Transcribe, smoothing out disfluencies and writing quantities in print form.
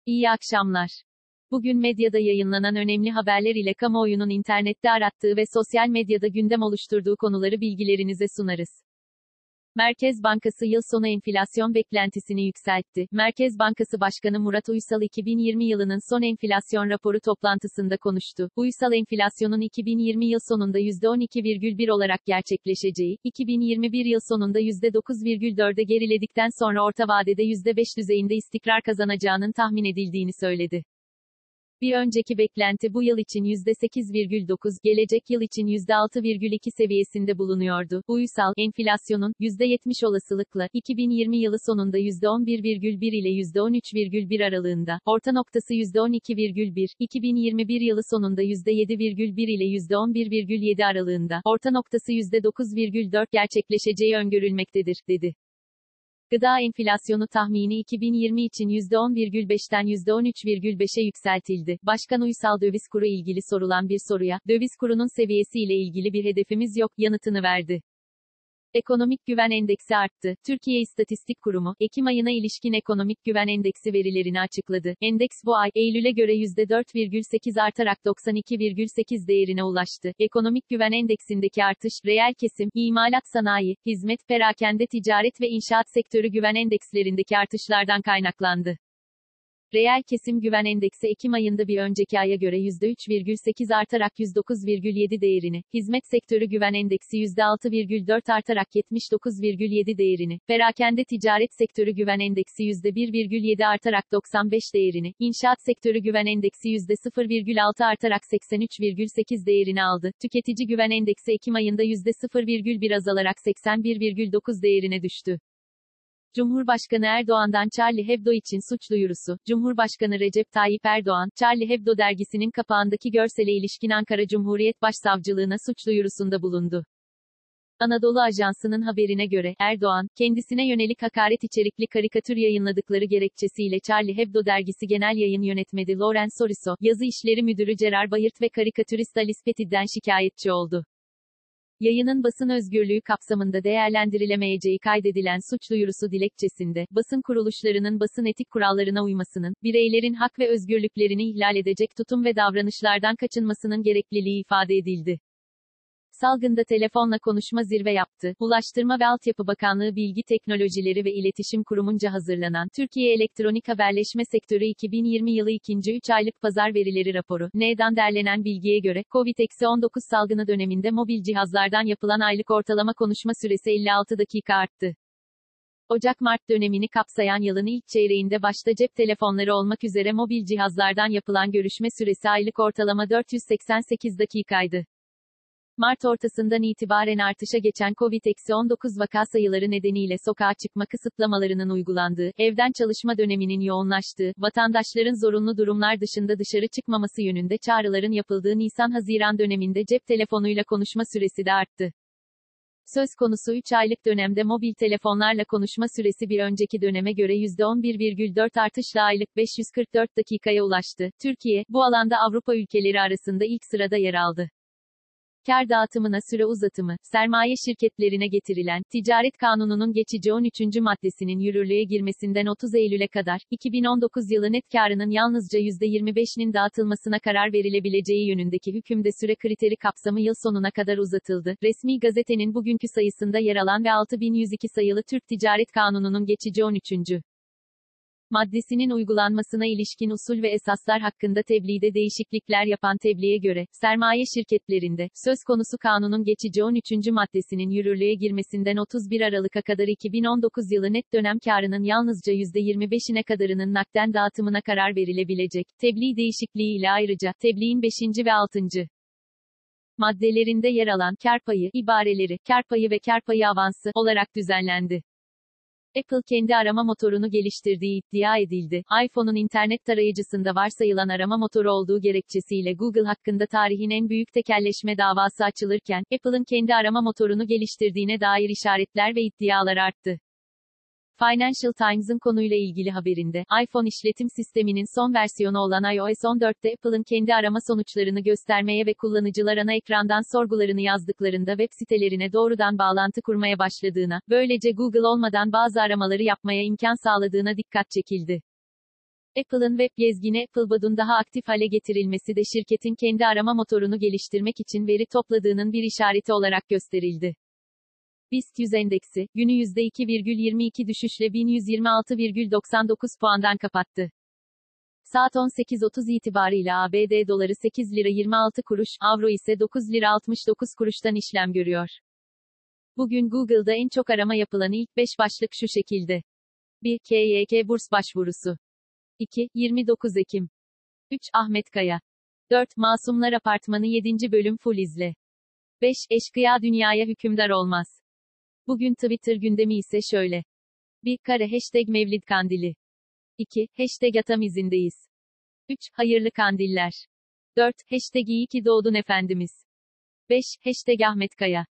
İyi akşamlar. Bugün medyada yayınlanan önemli haberler ile kamuoyunun internette arattığı ve sosyal medyada gündem oluşturduğu konuları bilgilerinize sunarız. Merkez Bankası yıl sonu enflasyon beklentisini yükseltti. Merkez Bankası Başkanı Murat Uysal 2020 yılının son enflasyon raporu toplantısında konuştu. Uysal enflasyonun 2020 yıl sonunda %12,1 olarak gerçekleşeceği, 2021 yıl sonunda %9,4'e geriledikten sonra orta vadede %5 düzeyinde istikrar kazanacağının tahmin edildiğini söyledi. Bir önceki beklenti bu yıl için %8,9, gelecek yıl için %6,2 seviyesinde bulunuyordu. Uysal, enflasyonun, %70 olasılıkla, 2020 yılı sonunda %11,1 ile %13,1 aralığında, orta noktası %12,1, 2021 yılı sonunda %7,1 ile %11,7 aralığında, orta noktası %9,4 gerçekleşeceği öngörülmektedir, dedi. Gıda enflasyonu tahmini 2020 için %10,5'ten %13,5'e yükseltildi. Başkan Uysal döviz kuru ilgili sorulan bir soruya, döviz kurunun seviyesiyle ilgili bir hedefimiz yok, yanıtını verdi. Ekonomik güven endeksi arttı. Türkiye İstatistik Kurumu, Ekim ayına ilişkin ekonomik güven endeksi verilerini açıkladı. Endeks bu ay, Eylül'e göre %4,8 artarak 92,8 değerine ulaştı. Ekonomik güven endeksindeki artış, reel kesim, imalat sanayi, hizmet, perakende ticaret ve inşaat sektörü güven endekslerindeki artışlardan kaynaklandı. Reel kesim güven endeksi Ekim ayında bir önceki aya göre %3,8 artarak 109,7 değerini, hizmet sektörü güven endeksi %6,4 artarak 79,7 değerini, perakende ticaret sektörü güven endeksi %1,7 artarak 95 değerini, inşaat sektörü güven endeksi %0,6 artarak 83,8 değerini aldı. Tüketici güven endeksi Ekim ayında %0,1 azalarak 81,9 değerine düştü. Cumhurbaşkanı Erdoğan'dan Charlie Hebdo için suç duyurusu. Cumhurbaşkanı Recep Tayyip Erdoğan, Charlie Hebdo dergisinin kapağındaki görsele ilişkin Ankara Cumhuriyet Başsavcılığına suç duyurusunda bulundu. Anadolu Ajansı'nın haberine göre, Erdoğan, kendisine yönelik hakaret içerikli karikatür yayınladıkları gerekçesiyle Charlie Hebdo dergisi genel yayın yönetmeni Laurence Soriso, yazı işleri müdürü Gerard Bayırt ve karikatürist Alice Petit'den şikayetçi oldu. Yayının basın özgürlüğü kapsamında değerlendirilemeyeceği kaydedilen suç duyurusu dilekçesinde, basın kuruluşlarının basın etik kurallarına uymasının, bireylerin hak ve özgürlüklerini ihlal edecek tutum ve davranışlardan kaçınmasının gerekliliği ifade edildi. Salgında telefonla konuşma zirve yaptı. Ulaştırma ve Altyapı Bakanlığı Bilgi Teknolojileri ve İletişim Kurumunca hazırlanan Türkiye Elektronik Haberleşme Sektörü 2020 yılı ikinci 3 aylık pazar verileri raporu, NED'den derlenen bilgiye göre, COVID-19 salgını döneminde mobil cihazlardan yapılan aylık ortalama konuşma süresi 56 dakika arttı. Ocak-Mart dönemini kapsayan yılın ilk çeyreğinde başta cep telefonları olmak üzere mobil cihazlardan yapılan görüşme süresi aylık ortalama 488 dakikaydı. Mart ortasından itibaren artışa geçen COVID-19 vaka sayıları nedeniyle sokağa çıkma kısıtlamalarının uygulandığı, evden çalışma döneminin yoğunlaştığı, vatandaşların zorunlu durumlar dışında dışarı çıkmaması yönünde çağrıların yapıldığı Nisan-Haziran döneminde cep telefonuyla konuşma süresi de arttı. Söz konusu 3 aylık dönemde mobil telefonlarla konuşma süresi bir önceki döneme göre %11,4 artışla aylık 544 dakikaya ulaştı. Türkiye, bu alanda Avrupa ülkeleri arasında ilk sırada yer aldı. Kar dağıtımına süre uzatımı, sermaye şirketlerine getirilen, Ticaret Kanunu'nun geçici 13. maddesinin yürürlüğe girmesinden 30 Eylül'e kadar, 2019 yılı net karının yalnızca %25'inin dağıtılmasına karar verilebileceği yönündeki hükümde süre kriteri kapsamı yıl sonuna kadar uzatıldı. Resmi gazetenin bugünkü sayısında yer alan ve 6102 sayılı Türk Ticaret Kanunu'nun geçici 13. maddesinin uygulanmasına ilişkin usul ve esaslar hakkında tebliğde değişiklikler yapan tebliğe göre, sermaye şirketlerinde, söz konusu kanunun geçici 13. maddesinin yürürlüğe girmesinden 31 Aralık'a kadar 2019 yılı net dönem karının yalnızca %25'ine kadarının nakden dağıtımına karar verilebilecek. Tebliğ değişikliği ile ayrıca, tebliğin 5. ve 6. maddelerinde yer alan kar payı ibareleri, kar payı ve kar payı avansı olarak düzenlendi. Apple kendi arama motorunu geliştirdiği iddia edildi. iPhone'un internet tarayıcısında varsayılan arama motoru olduğu gerekçesiyle Google hakkında tarihin en büyük tekelleşme davası açılırken, Apple'ın kendi arama motorunu geliştirdiğine dair işaretler ve iddialar arttı. Financial Times'ın konuyla ilgili haberinde, iPhone işletim sisteminin son versiyonu olan iOS 14'te Apple'ın kendi arama sonuçlarını göstermeye ve kullanıcılar ana ekrandan sorgularını yazdıklarında web sitelerine doğrudan bağlantı kurmaya başladığına, böylece Google olmadan bazı aramaları yapmaya imkan sağladığına dikkat çekildi. Apple'ın web gezgini Applebot'un daha aktif hale getirilmesi de şirketin kendi arama motorunu geliştirmek için veri topladığının bir işareti olarak gösterildi. BIST 100 endeksi, günü %2,22 düşüşle 1126,99 puandan kapattı. Saat 18.30 itibarıyla ABD doları 8 lira 26 kuruş, avro ise 9 lira 69 kuruştan işlem görüyor. Bugün Google'da en çok arama yapılan ilk 5 başlık şu şekilde. 1. KYK burs başvurusu. 2. 29 Ekim. 3. Ahmet Kaya. 4. Masumlar Apartmanı 7. bölüm full izle. 5. Eşkıya dünyaya hükümdar olmaz. Bugün Twitter gündemi ise şöyle. 1. Kare hashtag Mevlid Kandili. 2. Hashtag Atam izindeyiz. 3. Hayırlı kandiller. 4. Hashtag iyi ki doğdun efendimiz. 5. Hashtag Ahmet Kaya.